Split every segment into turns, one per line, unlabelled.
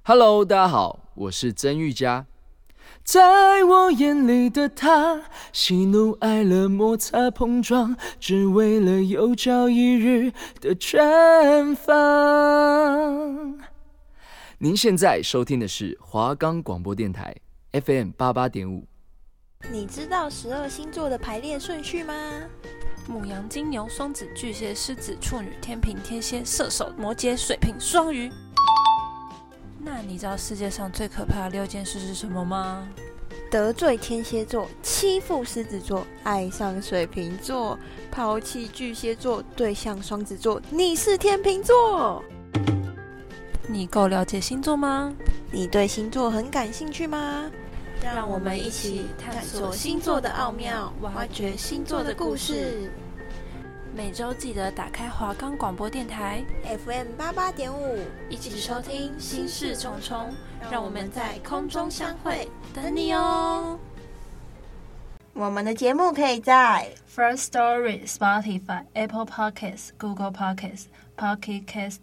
Hello， 大家好，我是曾玉佳。在我眼里的他，喜怒哀乐摩擦碰撞，只为了有朝一日的绽放。您现在收听的是华冈广播电台 FM88.5。
你知道12星座的排列顺序吗？
牡羊、金牛、双子、巨蟹、狮子、处女、天秤、天蝎、射手、摩羯、水瓶、双鱼。那你知道世界上最可怕的6件事是什么吗？
得罪天蝎座，欺负狮子座，爱上水瓶座，抛弃巨蟹座，对象双子座，你是天秤座。
你够了解星座吗？
你对星座很感兴趣吗？
让我们一起探索星座的奥妙，挖掘星座的故事。每周记得打开华冈广播电台
FM88.5，
一起收听心事重重，让我们在空中相会，等你哦。
我们的节目可以在
First Story、Spotify、Apple Podcasts、Google Podcasts、Pocket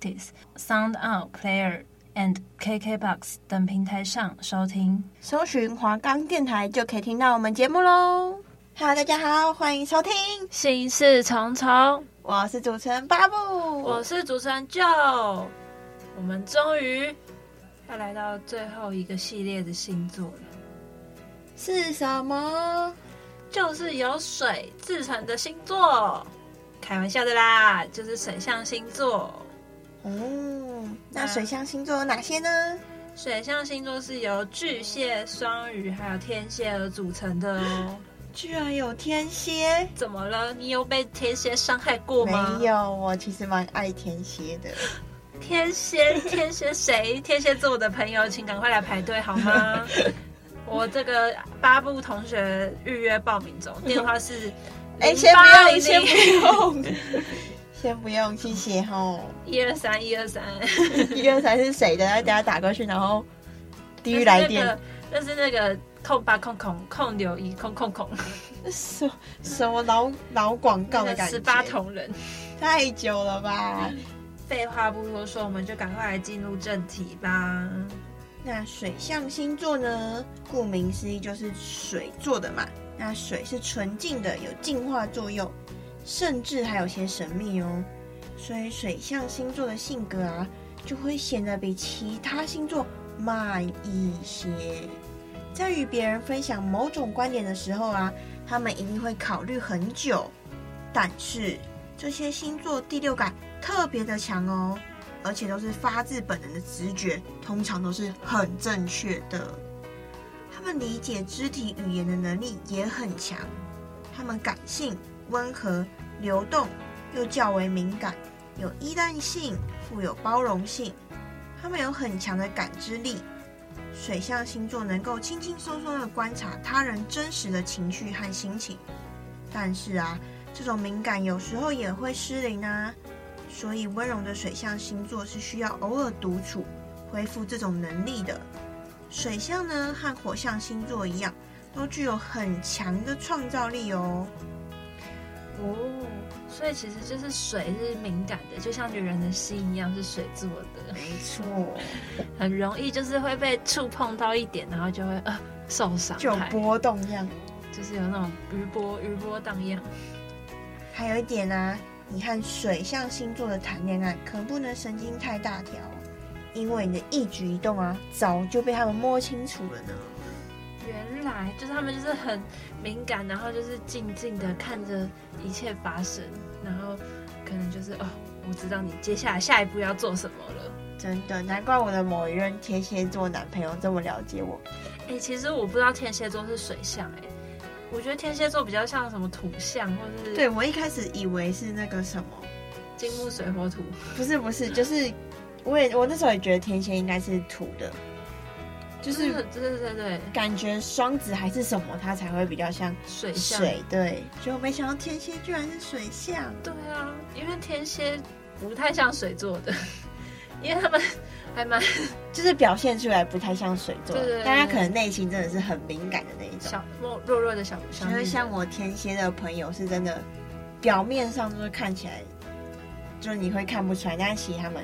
Casts、SoundOut、Player and KKBox 等平台上收听，
搜寻华冈电台就可以听到我们节目咯。Hello， 大家好，欢迎收听
心事重重，
我是主持人巴布，
我是主持人 Joe。我们终于要来到最后一个系列的星座了，
是什么？
就是由水制成的星座。开玩笑的啦，就是水象星座。
那水象星座有哪些呢？
水象星座是由巨蟹、双鱼还有天蝎而组成的哦。
居然有天蝎？
怎么了？你有被天蝎伤害过吗？
没有，我其实蛮爱天蝎的。
天蝎谁？天蝎座的朋友请赶快来排队好吗？我这个巴布同学预约报名中，电话是
先不用，谢谢吼。123是谁的？等下打过去，然后地狱来电。
那是那个0800061000，
什么老广告的感觉
？18铜人，
太久了吧？
废话不多说，我们就赶快来进入正题吧。
那水象星座呢？顾名思义就是水做的嘛。那水是纯净的，有净化作用，甚至还有些神秘哦。所以水象星座的性格啊，就会显得比其他星座慢一些。在与别人分享某种观点的时候啊，他们一定会考虑很久。但是这些星座第六感特别的强哦，而且都是发自本能的直觉，通常都是很正确的。他们理解肢体语言的能力也很强，他们感性、温和、流动，又较为敏感，有依赖性，富有包容性。他们有很强的感知力。水象星座能够轻轻松松地观察他人真实的情绪和心情，但是啊，这种敏感有时候也会失灵啊。所以温柔的水象星座是需要偶尔独处，恢复这种能力的。水象呢，和火象星座一样，都具有很强的创造力哦。
所以其实就是水是敏感的，就像女人的心一样是水做的。
没错，
很容易就是会被触碰到一点，然后就会受伤，
就有波动这样，
就是有那种余波荡漾。
还有一点啊，你和水象星座的谈恋爱，可不能神经太大条，因为你的一举一动啊，早就被他们摸清楚了呢。
原来就是他们就是很敏感，然后就是静静的看着一切发生，然后可能就是我知道你接下来下一步要做什么了。
真的，难怪我的某一任天蝎座男朋友这么了解我。
其实我不知道天蝎座是水象我觉得天蝎座比较像什么土象，或是
对，我一开始以为是那个什么
金木水火土，
不是，就是我那时候也觉得天蝎应该是土的。就是
对，
感觉双子还是什么，它才会比较像
水象。
对，结果没想到天蝎居然是水象。
对啊，因为天蝎不太像水做的，因为他们还蛮
就是表现出来不太像水做，
对，
但他可能内心真的是很敏感的那一种，
弱的小。
就是像我天蝎的朋友是真的，表面上就是看起来就是你会看不出来，但是其实他们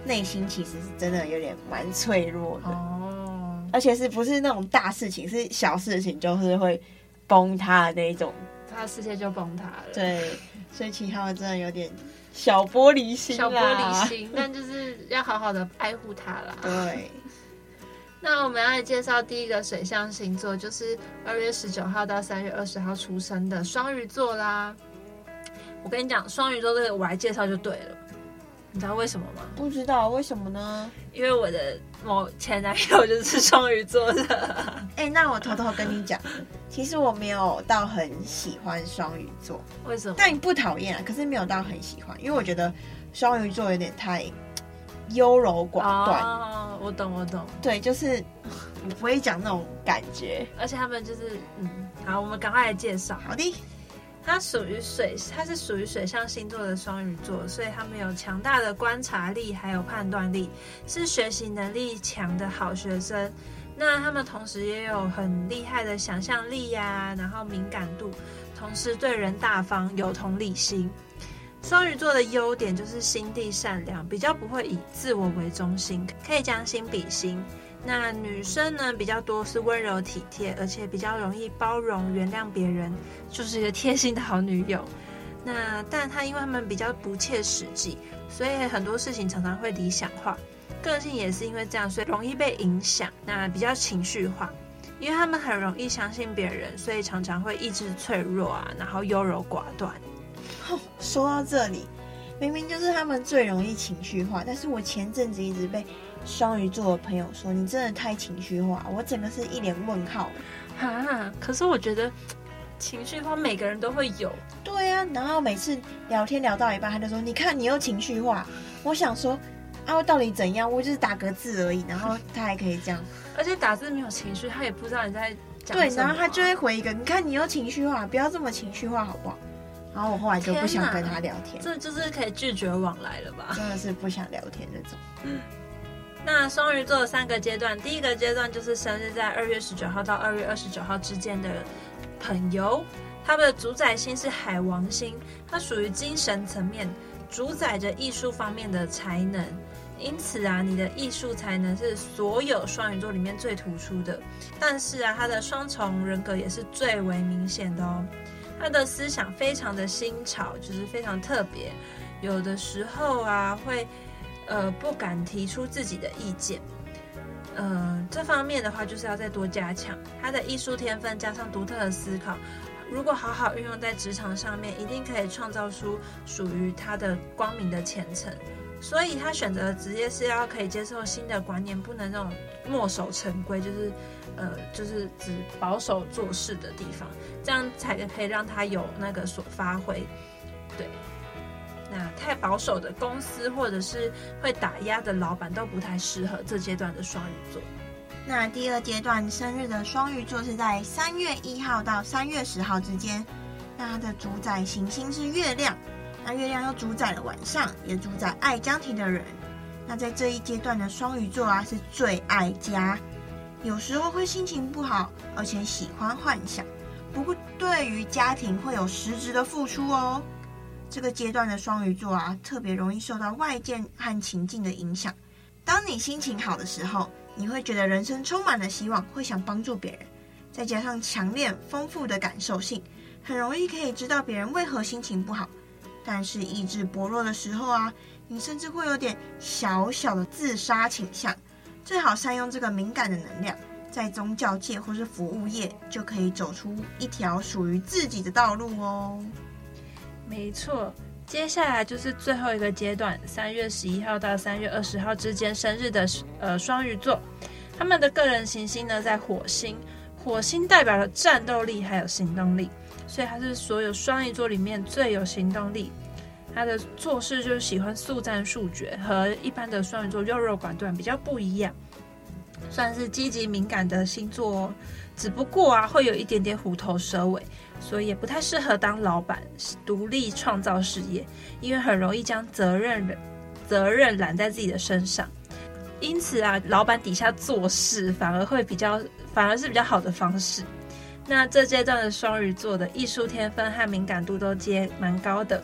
内心其实是真的有点蛮脆弱的
哦，
而且不是那种大事情，是小事情就是会崩塌的那一种，
他的世界就崩塌了。
对，所以7号真的有点小玻璃心啦，
小玻璃心，但就是要好好的爱护它啦。
对。
那我们要来介绍第一个水象星座，就是2月19号到3月20号出生的双鱼座啦。我跟你讲，双鱼座这个我来介绍就对了，你知道为什么吗？
不知道为什么呢？
因为我的某前男友就是双鱼座的。
那我偷偷跟你讲，其实我没有到很喜欢双鱼座。
为什么？
但不讨厌啊，可是没有到很喜欢，因为我觉得双鱼座有点太优柔寡断。
哦，我懂。
对，就是我不会讲那种感觉。
而且他们就是好，我们赶快来介绍。
好的。
它是属于水象星座的双鱼座，所以他们有强大的观察力还有判断力，是学习能力强的好学生。那他们同时也有很厉害的想象力呀，然后敏感度，同时对人大方，有同理心。双鱼座的优点就是心地善良，比较不会以自我为中心，可以将心比心。那女生呢比较多是温柔体贴，而且比较容易包容原谅别人，就是一个贴心的好女友。但她因为他们比较不切实际，所以很多事情常常会理想化，个性也是因为这样，所以容易被影响。那比较情绪化，因为他们很容易相信别人，所以常常会意志脆弱啊，然后优柔寡断。
说到这里，明明就是他们最容易情绪化，但是我前阵子一直被双鱼座的朋友说你真的太情绪化，我整个是一脸问号。
可是我觉得情绪化每个人都会有。
对啊，然后每次聊天聊到一半，他就说你看你又情绪化，我想说我到底怎样？我就是打个字而已，然后他还可以这样，
而且打字没有情绪，他也不知道你在讲什么。
对，然后他就会回一个你看你又情绪化，不要这么情绪化好不好？然后我后来就不想跟他聊天。
这就是可以拒绝往来了吧？
真的是不想聊天那种。
那双鱼座的3个阶段，第一个阶段就是生日在2月19号到2月29号之间的朋友，他们的主宰星是海王星，它属于精神层面，主宰着艺术方面的才能。因此你的艺术才能是所有双鱼座里面最突出的。但是他的双重人格也是最为明显的哦。他的思想非常的新潮，就是非常特别，有的时候会不敢提出自己的意见。这方面的话就是要再多加强他的艺术天分，加上独特的思考，如果好好运用在职场上面，一定可以创造出属于他的光明的前程。所以他选择的职业是要可以接受新的观念，不能那种墨守成规，就是只保守做事的地方，这样才可以让他有那个所发挥。对，那太保守的公司或者是会打压的老板都不太适合这阶段的双鱼座。
那第2阶段生日的双鱼座是在3月1号到3月10号之间，那它的主宰行星是月亮，那月亮又主宰了晚上，也主宰爱家庭的人。那在这一阶段的双鱼座是最爱家，有时候会心情不好，而且喜欢幻想，不过对于家庭会有实质的付出哦。这个阶段的双鱼座特别容易受到外界和情境的影响。当你心情好的时候，你会觉得人生充满了希望，会想帮助别人，再加上强烈丰富的感受性，很容易可以知道别人为何心情不好。但是意志薄弱的时候你甚至会有点小小的自杀倾向，最好善用这个敏感的能量，在宗教界或是服务业就可以走出一条属于自己的道路哦。
没错，接下来就是最后一个阶段，3月11号到3月20号之间生日的双鱼座，他们的个人行星呢在火星，火星代表了战斗力还有行动力，所以他是所有双鱼座里面最有行动力。他的做事就是喜欢速战速决，和一般的双鱼座优柔寡断比较不一样，算是积极敏感的星座哦。只不过会有一点点虎头蛇尾，所以也不太适合当老板，独立创造事业，因为很容易将责任揽在自己的身上。因此老板底下做事反而是比较好的方式。那这阶段的双鱼座的艺术天分和敏感度都皆蛮高的，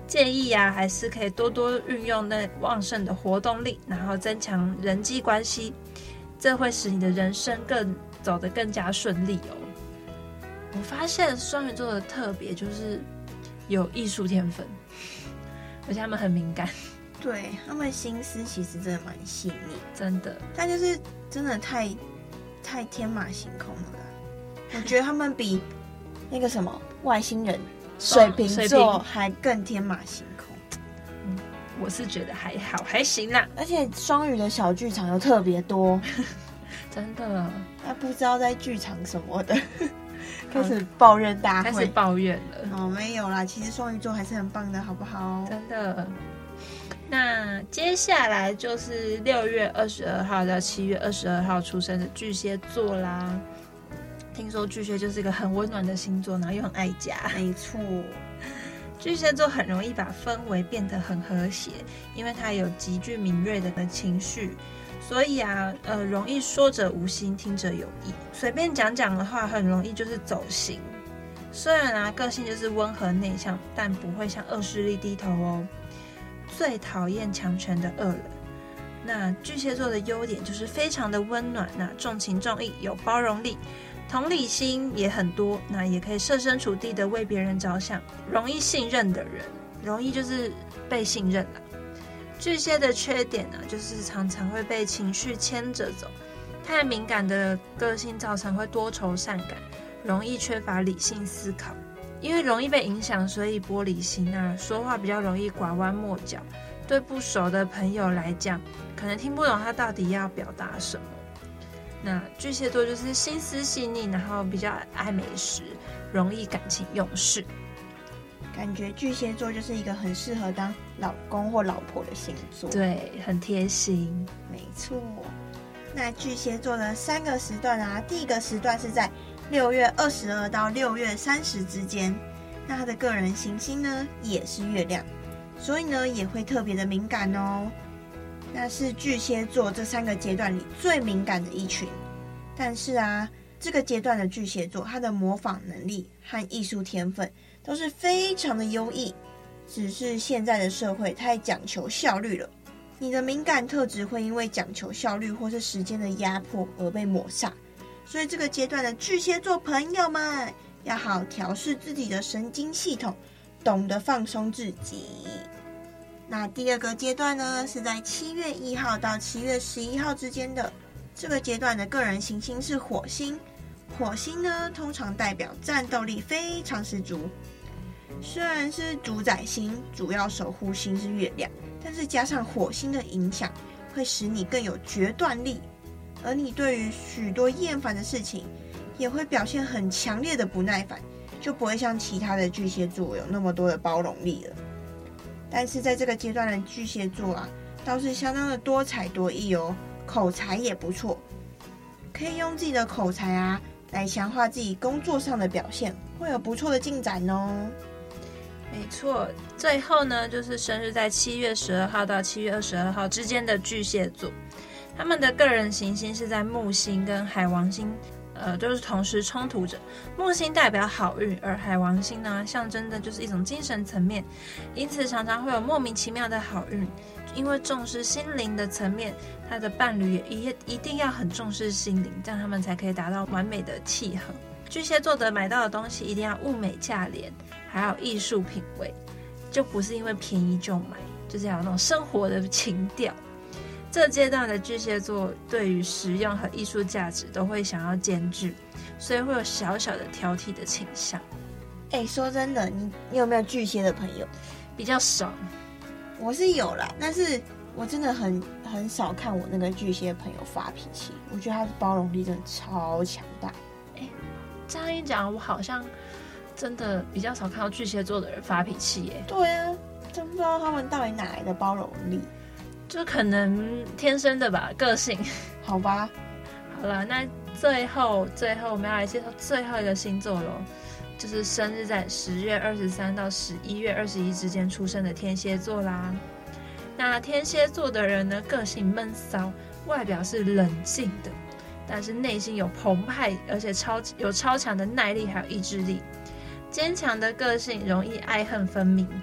建议啊，还是可以多多运用那旺盛的活动力，然后增强人际关系，这会使你的人生走得更加顺利哦。我发现双鱼座的特别就是有艺术天分，而且他们很敏感，
对，他们心思其实真的蛮细腻，
真的。
但就是真的太天马行空了啦。我觉得他们比那个什么外星人水瓶座还更天马行空。
我是觉得还好，还行啦。
而且双鱼的小剧场又特别多，
真的。
他不知道在剧场什么的，开始抱怨大会，
开始抱怨了。
哦，没有啦，其实双鱼座还是很棒的，好不好？
真的。那接下来就是6月22号到7月22号出生的巨蟹座啦。听说巨蟹就是一个很温暖的星座，然后又很爱家。
没错。
巨蟹座很容易把氛围变得很和谐，因为他有极具敏锐的情绪，所以容易说者无心，听者有意。随便讲讲的话，很容易就是走心。虽然个性就是温和内向，但不会向恶势力低头哦。最讨厌强权的恶人。那巨蟹座的优点就是非常的温暖，那重情重义，有包容力。同理心也很多，那也可以设身处地的为别人着想，容易信任的人，容易就是被信任啦。巨蟹的缺点就是常常会被情绪牵着走，太敏感的个性造成会多愁善感，容易缺乏理性思考。因为容易被影响，所以玻璃心说话比较容易拐弯抹角，对不熟的朋友来讲，可能听不懂他到底要表达什么。那巨蟹座就是心思细腻，然后比较爱美食，容易感情用事。
感觉巨蟹座就是一个很适合当老公或老婆的星座。
对，很贴心。
没错。那巨蟹座的3个时段第一个时段是在6月22到6月30之间，那他的个人行星呢也是月亮，所以呢也会特别的敏感哦。那是巨蟹座这3个阶段里最敏感的一群，但是这个阶段的巨蟹座，他的模仿能力和艺术天分都是非常的优异，只是现在的社会太讲求效率了，你的敏感特质会因为讲求效率或是时间的压迫而被抹煞，所以这个阶段的巨蟹座朋友们要好好调试自己的神经系统，懂得放松自己。那第二个阶段呢，是在7月1号到7月11号之间的。这个阶段的个人行星是火星，火星呢通常代表战斗力非常十足。虽然是主宰星，主要守护星是月亮，但是加上火星的影响，会使你更有决断力，而你对于许多厌烦的事情，也会表现很强烈的不耐烦，就不会像其他的巨蟹座有那么多的包容力了。但是在这个阶段的巨蟹座倒是相当的多才多艺哦，口才也不错，可以用自己的口才来强化自己工作上的表现，会有不错的进展哦。
没错，最后呢，就是生日在7月12号到7月22号之间的巨蟹座，他们的个人行星是在木星跟海王星，就是同时冲突着。木星代表好运，而海王星呢，象征的就是一种精神层面，因此常常会有莫名其妙的好运。因为重视心灵的层面，他的伴侣也一定要很重视心灵，这样他们才可以达到完美的契合。巨蟹座的买到的东西一定要物美价廉，还有艺术品味，就不是因为便宜就买，就是要有那种生活的情调。这阶段的巨蟹座对于实用和艺术价值都会想要兼具，所以会有小小的挑剔的倾向。
说真的，你有没有巨蟹的朋友？
比较少。
我是有啦，但是我真的很少看我那个巨蟹朋友发脾气，我觉得他的包容力真的超强大。
这样一讲，我好像真的比较少看到巨蟹座的人发脾气耶。
对啊，真不知道他们到底哪来的包容力，
就可能天生的吧，个性。
好吧。
好了，那最后我们要来介绍最后一个星座咯，就是生日在10月23到11月21之间出生的天蝎座啦。那天蝎座的人呢，个性闷骚，外表是冷静的，但是内心有澎湃，而且有超强的耐力还有意志力。坚强的个性容易爱恨分明，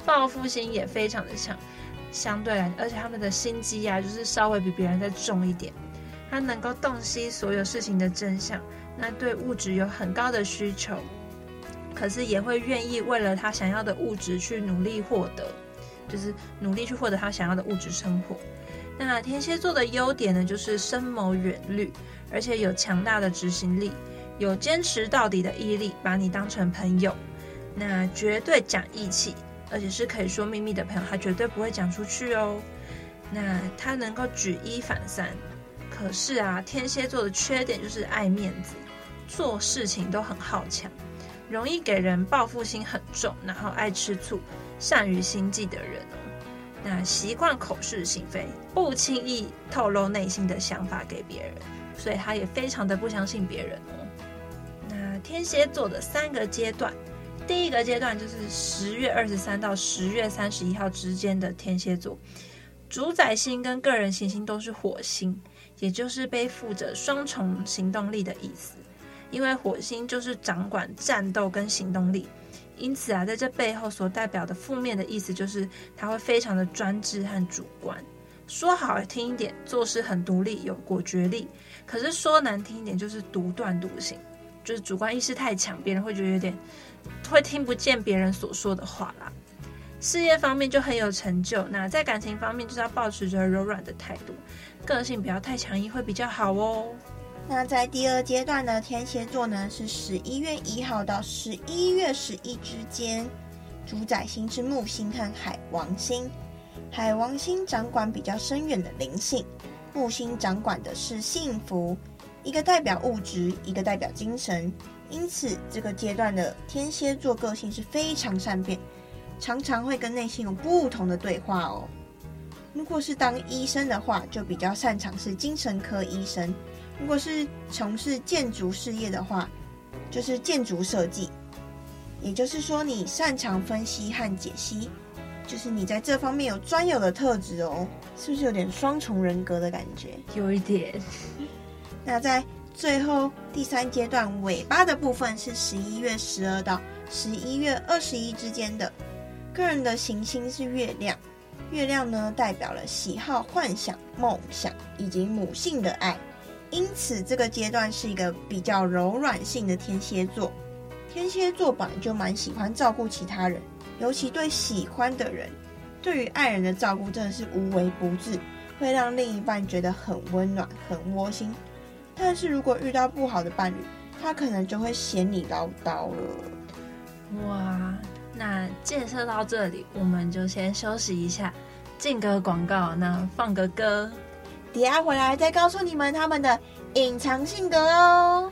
报复心也非常的强，相对来，而且他们的心机啊，就是稍微比别人再重一点。他能够洞悉所有事情的真相，那对物质有很高的需求，可是也会愿意为了他想要的物质去努力获得，就是努力去获得他想要的物质生活。那天蝎座的优点呢，就是深谋远虑，而且有强大的执行力，有坚持到底的毅力，把你当成朋友。那绝对讲义气，而且是可以说秘密的朋友，他绝对不会讲出去哦。那他能够举一反三。可是啊，天蝎座的缺点就是爱面子，做事情都很好强，容易给人报复心很重，然后爱吃醋，善于心计的人哦。那习惯口是心非，不轻易透露内心的想法给别人，所以他也非常的不相信别人哦。那天蝎座的3个阶段，第一个阶段就是10月23到10月31号之间的天蝎座，主宰星跟个人行星都是火星，也就是背负着双重行动力的意思。因为火星就是掌管战斗跟行动力，因此啊，在这背后所代表的负面的意思就是他会非常的专制和主观。说好听一点，做事很独立，有果决力；可是说难听一点，就是独断独行，就是主观意识太强，别人会觉得有点会听不见别人所说的话啦。事业方面就很有成就，那在感情方面就是要保持着柔软的态度，个性不要太强硬会比较好哦。
那在第2阶段呢，天蝎座呢是11月1号到11月11之间，主宰星是木星和海王星。海王星掌管比较深远的灵性，木星掌管的是幸福，一个代表物质，一个代表精神。因此这个阶段的天蝎座个性是非常善变，常常会跟内心有不同的对话哦。如果是当医生的话，就比较擅长是精神科医生；如果是从事建筑事业的话，就是建筑设计。也就是说，你擅长分析和解析，就是你在这方面有专有的特质哦。是不是有点双重人格的感觉？
有一点。
那在最后第3阶段尾巴的部分是11月12到11月21之间的，个人的行星是月亮。月亮呢，代表了喜好、幻想、梦想以及母性的爱，因此这个阶段是一个比较柔软性的天蝎座。天蝎座本来就蛮喜欢照顾其他人，尤其对喜欢的人，对于爱人的照顾真的是无微不至，会让另一半觉得很温暖、很窝心。但是如果遇到不好的伴侣，他可能就会嫌你唠叨了。
哇，那介绍到这里，我们就先休息一下，进个广告，那放个歌，
等下回来再告诉你们他们的隐藏性格哦。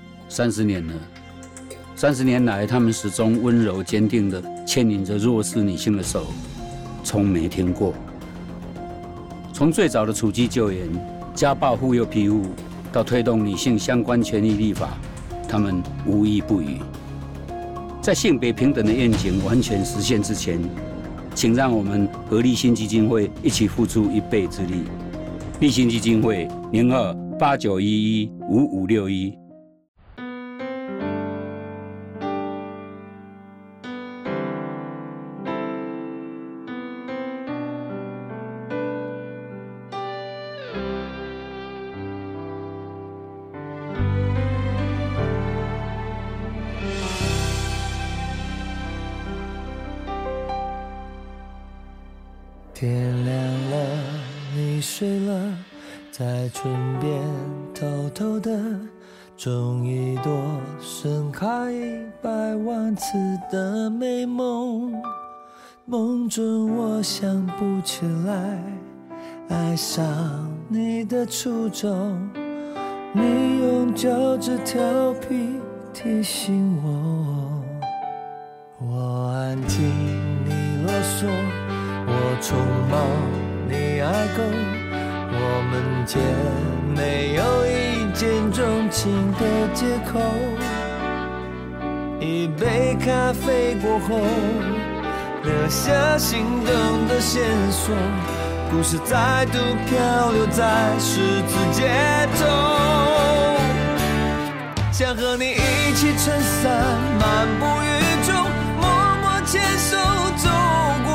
30年了，30年来，他们始终温柔坚定地牵引着弱势女性的手，从没停过。从最早的处机救援、家暴妇幼庇护，到推动女性相关权益立法，他们无一不语。在性别平等的愿景完全实现之前，请让我们和立新基金会一起付出1倍之力。立新基金会02-8911-5561。
天亮了，你睡了，在唇边偷偷的种一朵盛开100万次的美梦。梦中我想不起来爱上你的初衷，你用脚趾调皮提醒我，我安静你啰嗦，我匆忙你爱够，我们间没有一见钟情的借口。一杯咖啡过后，留下心动的线索，故事再度漂流在十字街头。想和你一起撑伞漫步雨中，默默牵手走过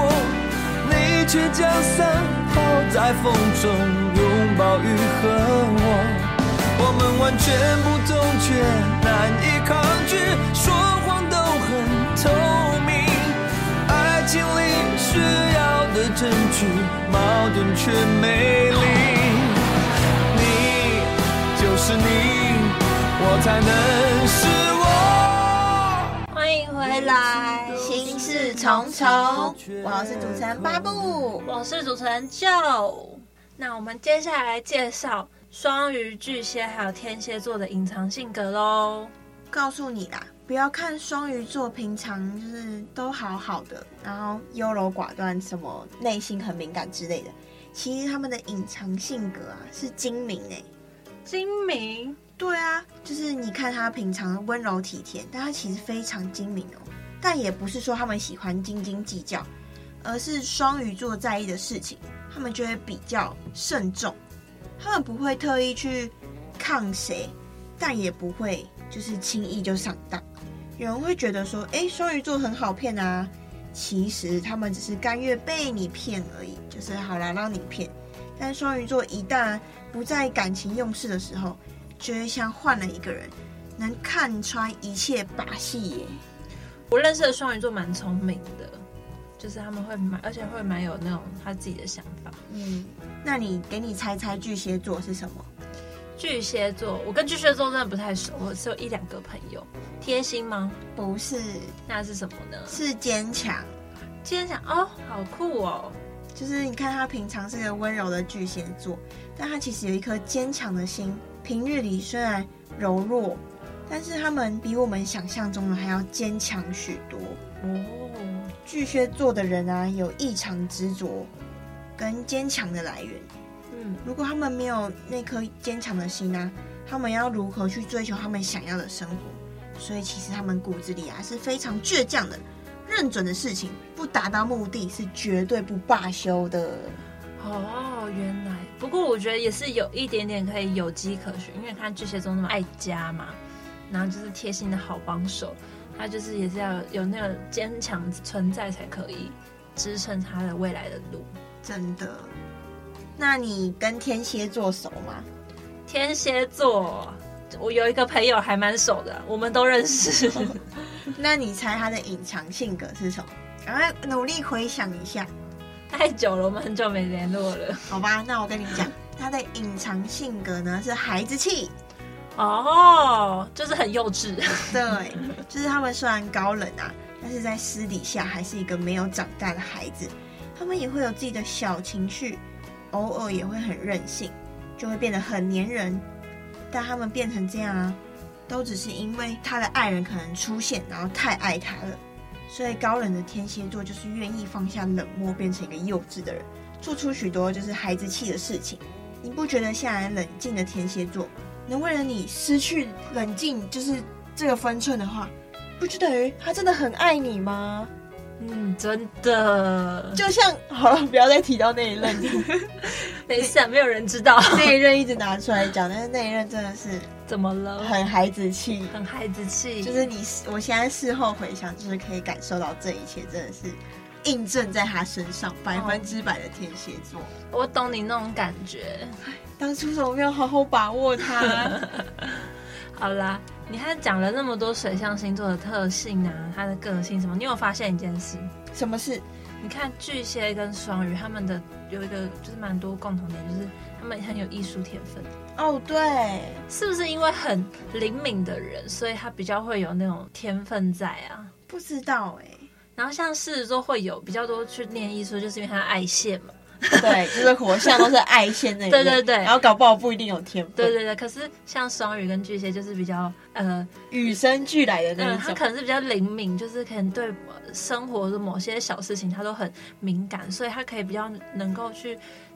却将伞抛在风中，拥抱雨和我们完全不同却难以抗拒，说谎都很透明，爱情里需要的证据，矛盾却美丽。你就是你，我才能是我。
欢迎回来，
心事重重，我是主持人巴布，
我是主持人 Joe。那我们接下来介绍双鱼、巨蟹还有天蝎座的隐藏性格咯。
告诉你啦，不要看双鱼座平常就是都好好的，然后优柔寡断，什么内心很敏感之类的，其实他们的隐藏性格啊是精明欸。
精明？
对啊，就是你看他平常温柔体贴，但他其实非常精明哦。但也不是说他们喜欢斤斤计较，而是双鱼座在意的事情，他们就会比较慎重。他们不会特意去抗谁，但也不会就是轻易就上当。有人会觉得说，双鱼座很好骗啊，其实他们只是甘愿被你骗而已，就是好啦让你骗。但双鱼座一旦不在感情用事的时候，就会像换了一个人，能看穿一切把戏耶。
我认识的双鱼座蛮聪明的，就是他们会而且会蛮有那种他自己的想法。
那给你猜猜巨蟹座是什么？
巨蟹座，我跟巨蟹座真的不太熟，我只有1-2个朋友。贴心吗？
不是，
那是什么呢？
是坚强。
坚强哦，好酷哦！
就是你看他平常是个温柔的巨蟹座，但他其实有一颗坚强的心。平日里虽然柔弱，但是他们比我们想象中的还要坚强许多哦。巨蟹座的人啊，有异常执着跟坚强的来源。如果他们没有那颗坚强的心啊，他们要如何去追求他们想要的生活？所以其实他们骨子里啊是非常倔强的，认准的事情不达到目的是绝对不罢休的。
哦，原来。不过我觉得也是有一点点可以有迹可循，因为看巨蟹座那么爱家嘛，然后就是贴心的好帮手，他就是也是要有那个坚强存在才可以支撑他的未来的路。
真的。那你跟天蝎座熟吗？
天蝎座，我有一个朋友还蛮熟的，我们都认识。
那你猜他的隐藏性格是什么？赶快努力回想一下。
太久了，我们很久没联络了。
好吧，那我跟你讲，他的隐藏性格呢是孩子气。
哦，就是很幼稚。
对，就是他们虽然高冷啊，但是在私底下还是一个没有长大的孩子。他们也会有自己的小情绪，偶尔也会很任性，就会变得很黏人。但他们变成这样啊，都只是因为他的爱人可能出现，然后太爱他了。所以高冷的天蝎座就是愿意放下冷漠，变成一个幼稚的人，做出许多就是孩子气的事情。你不觉得下来冷静的天蝎座能为了你失去冷静就是这个分寸的话，不就等于他真的很爱你吗？
真的。
就像好了，不要再提到那一任。
没事，没有人知道。
那一任一直拿出来讲，但是那一任真的是
怎么了？
很孩子气，
很孩子气。
就是我现在事后回想，就是可以感受到这一切真的是印证在他身上，100%的天蝎座。
我懂你那种感觉。
当初怎么没有好好把握他？
好啦，你还讲了那么多水象星座的特性啊，他的个性什么，你有发现一件事？
什么事？
你看巨蟹跟双鱼，他们的有一个就是蛮多共同点，就是他们很有艺术天分。
哦，对，
是不是因为很灵敏的人，所以他比较会有那种天分在啊？
不知道
然后像狮子座会有比较多去念艺术，就是因为他爱现嘛。
对，就是火象都是爱现那一类。
对，
然后搞不好不一定有天分。
对，可是像双鱼跟巨蟹就是比较
与生俱来的那种。
他可能是比较灵敏，就是可能对生活的某些小事情他都很敏感，所以他可以比较能够去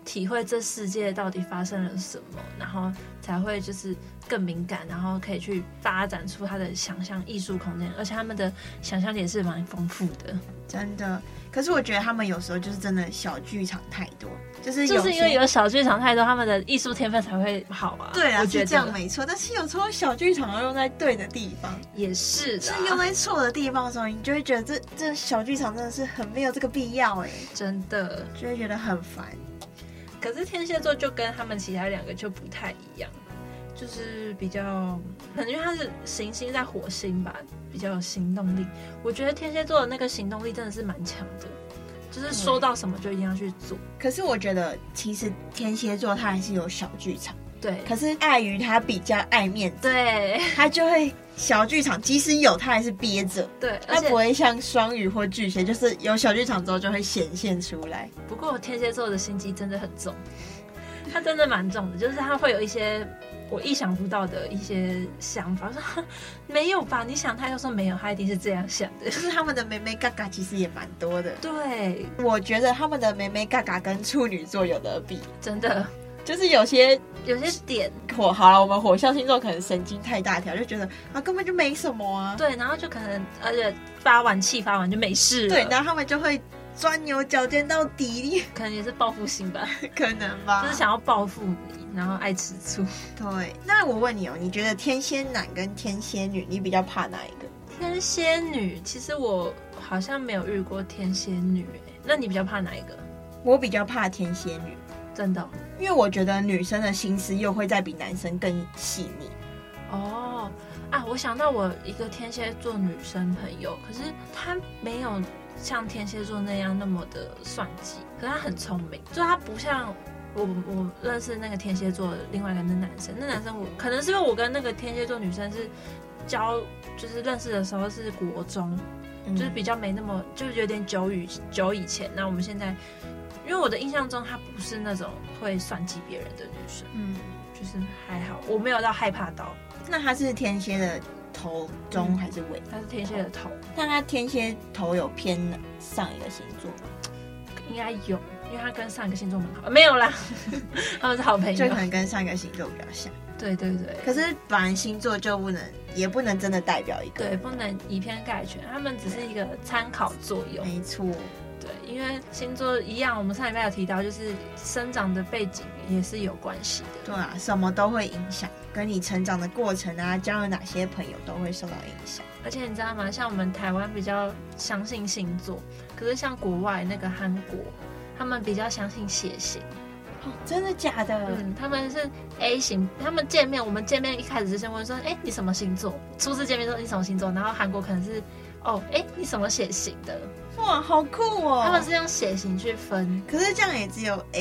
体会这世界到底发生了什么，然后才会就是更敏感，然后可以去发展出他的想象艺术空间，而且他们的想象力也是蛮丰富的，
真的。可是我觉得他们有时候就是真的小剧场太多，就是
因为有小剧场太多，他们的艺术天分才会好啊。
对啊，
我觉得
是这样没错。但是有时候小剧场要用在对的地方，
也是的，
是用在错的地方的时候，你就会觉得这小剧场真的是很没有这个必要哎，
真的
就会觉得很烦。
可是天蝎座就跟他们其他两个就不太一样，就是比较可能因为它是行星在火星吧，比较有行动力。我觉得天蝎座的那个行动力真的是蛮强的，就是说到什么就一定要去做。
可是我觉得其实天蝎座它还是有小剧场，
对，
可是碍于他比较爱面子，
对，
他就会小剧场，即使有他还是憋着，
对，
他不会像双鱼或巨蟹，就是有小剧场之后就会显现出来。
不过天蝎座的心机真的很重，他真的蛮重的，就是他会有一些我意想不到的一些想法，说没有吧？你想他又说没有，他一定是这样想的。
就是他们的妹妹嘎嘎其实也蛮多的。
对，
我觉得他们的妹妹嘎嘎跟处女座有得比，
真的
就是有些
点
好了，我们火象星座可能神经太大条，就觉得啊根本就没什么啊。
对，然后就可能而且气发完就没事了。
对，然后他们就会钻牛角尖到底，
可能也是报复心吧，
可能吧，
就是想要报复你，然后爱吃醋。
对，那我问你哦，你觉得天蝎男跟天蝎女，你比较怕哪一个？
天蝎女，其实我好像没有遇过天蝎女，那你比较怕哪一个？
我比较怕天蝎女，
真的
因为我觉得女生的心思又会再比男生更细腻。
哦啊，我想到我一个天蝎座女生朋友，可是她没有像天蝎座那样那么的算计，可是她很聪明，就她不像我认识那个天蝎座的另外一个男生，那男生我可能是因为我跟那个天蝎座女生是就是认识的时候是国中，就是比较没那么就是有点久以前。那我们现在，因为我的印象中她不是那种会算计别人的女生，就是还好，我没有到害怕到。
那她是天蝎的头中还是尾？
她是天蝎的头。
那她天蝎头有偏上一个星座吗？
应该有，因为她跟上一个星座蛮好。没有啦，他们是好朋友，
就可能跟上一个星座比较像。
对对对。
可是本来星座就也不能真的代表一个，
对，不能以偏概全，他们只是一个参考作用。
没错。
对，因为星座一样，我们上礼拜有提到，就是生长的背景也是有关系的。
对啊，什么都会影响，跟你成长的过程啊，交了哪些朋友都会受到影响。
而且你知道吗？像我们台湾比较相信星座，可是像国外那个韩国，他们比较相信血型。
哦，真的假的？
他们是 A 型，他们我们见面一开始就先问说，你什么星座？初次见面说你什么星座？然后韩国可能是你什么血型的？
哇，好酷哦！
他们是用血型去分，
可是这样也只有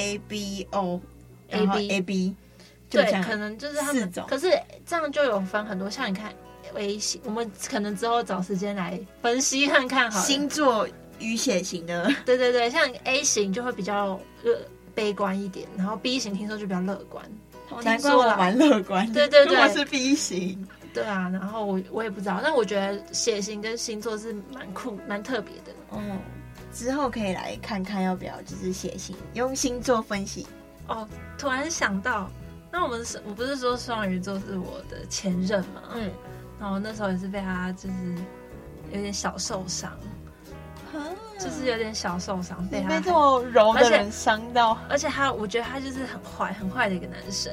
ABO、AB，
对，可能就是他们
4种。
可是这样就有分很多，像你看 A 型，我们可能之后找时间来分析看看好了。
星座与血型的，
对对对，像 A 型就会比较悲观一点，然后 B 型听说就比较乐观。
难怪我蛮乐观的。
对对对，
我是 B 型。
对啊，然后我也不知道，但我觉得血型跟星座是蛮酷、蛮特别的。
之后可以来看看要不要就是血型用星座分析。
突然想到，那我不是说双鱼座是我的前任嘛？然后那时候也是被他就是有点小受伤。就是有点小受伤，被
这么柔的人伤到，
而且我觉得他就是很坏的一个男生，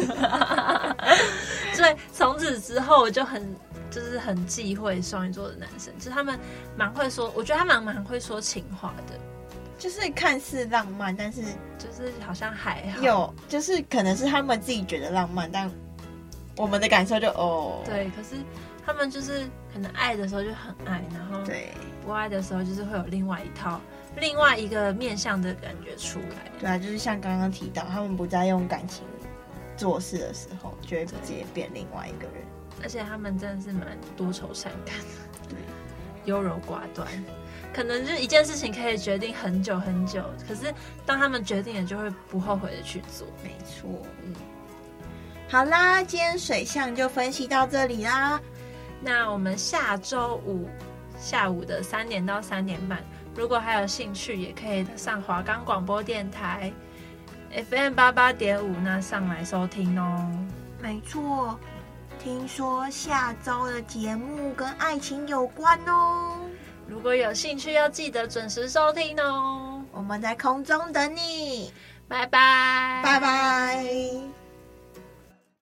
所以从此之后我就很忌讳双鱼座的男生，就是他们蛮会说，我觉得他们蛮会说情话的，
就是看似浪漫，但是
就是好像还
好，就是可能是他们自己觉得浪漫，但我们的感受就
对，可是他们就是可能爱的时候就很爱，然后
对。
不爱的时候，就是会有另外一个面向的感觉出来。
对啊，就是像刚刚提到，他们不再用感情做事的时候，就会直接变另外一个人。
而且他们真的是蛮多愁善感的，
对，
优柔寡断，可能就一件事情可以决定很久很久，可是当他们决定了，就会不后悔的去做。
没错，好啦，今天水象就分析到这里啦。
那我们下周五下午的3点到3点半，如果还有兴趣，也可以上华冈广播电台 FM88.5，那上来收听哦。
没错，听说下周的节目跟爱情有关哦。
如果有兴趣，要记得准时收听哦。
我们在空中等你，
拜拜，
拜拜。